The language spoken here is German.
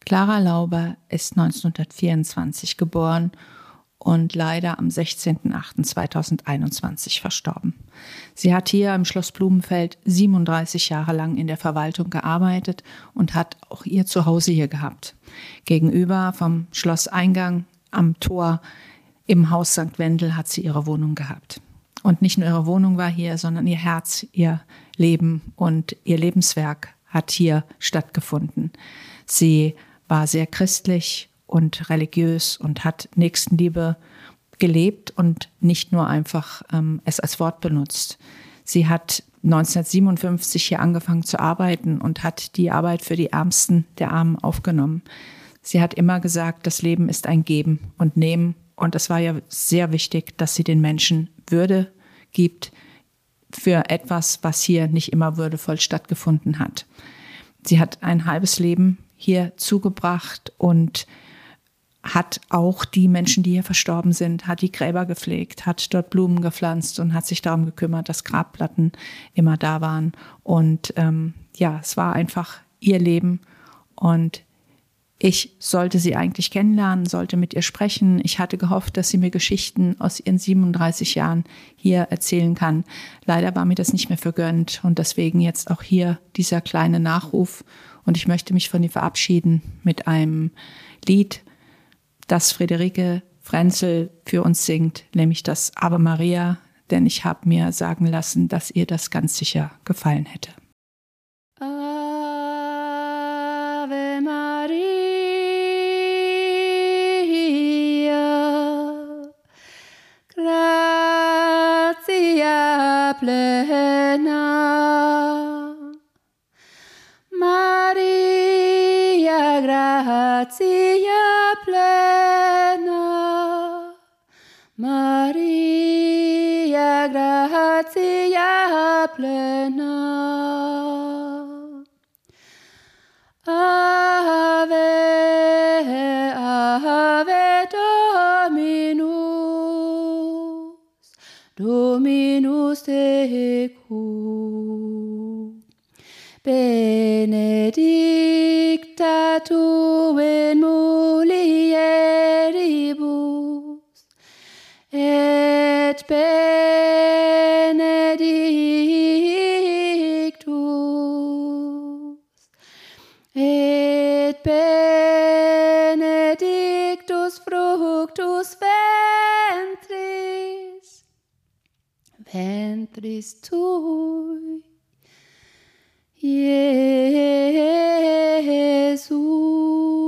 Clara Lauber ist 1924 geboren und leider am 16.08.2021 verstorben. Sie hat hier im Schloss Blumenfeld 37 Jahre lang in der Verwaltung gearbeitet und hat auch ihr Zuhause hier gehabt. Gegenüber vom Schlosseingang am Tor im Haus St. Wendel hat sie ihre Wohnung gehabt. Und nicht nur ihre Wohnung war hier, sondern ihr Herz, ihr Leben und ihr Lebenswerk hat hier stattgefunden. Sie war sehr christlich und religiös und hat Nächstenliebe gelebt und nicht nur einfach es als Wort benutzt. Sie hat 1957 hier angefangen zu arbeiten und hat die Arbeit für die Ärmsten der Armen aufgenommen. Sie hat immer gesagt, das Leben ist ein Geben und Nehmen. Und es war ja sehr wichtig, dass sie den Menschen Würde gibt für etwas, was hier nicht immer würdevoll stattgefunden hat. Sie hat ein halbes Leben hier zugebracht und hat auch die Menschen, die hier verstorben sind, hat die Gräber gepflegt, hat dort Blumen gepflanzt und hat sich darum gekümmert, dass Grabplatten immer da waren. Und es war einfach ihr Leben und ich sollte sie eigentlich kennenlernen, sollte mit ihr sprechen. Ich hatte gehofft, dass sie mir Geschichten aus ihren 37 Jahren hier erzählen kann. Leider war mir das nicht mehr vergönnt und deswegen jetzt auch hier dieser kleine Nachruf. Und ich möchte mich von ihr verabschieden mit einem Lied, das Friederike Frenzel für uns singt, nämlich das Ave Maria, denn ich habe mir sagen lassen, dass ihr das ganz sicher gefallen hätte. Ave Maria, gratia plena, Maria, gratia plena, Maria, gratia plena. Ave, Ave Dominus, Dominus tecum. Benedicta tu in mulieribus, et benedictus fructus ventris tui, Jesus.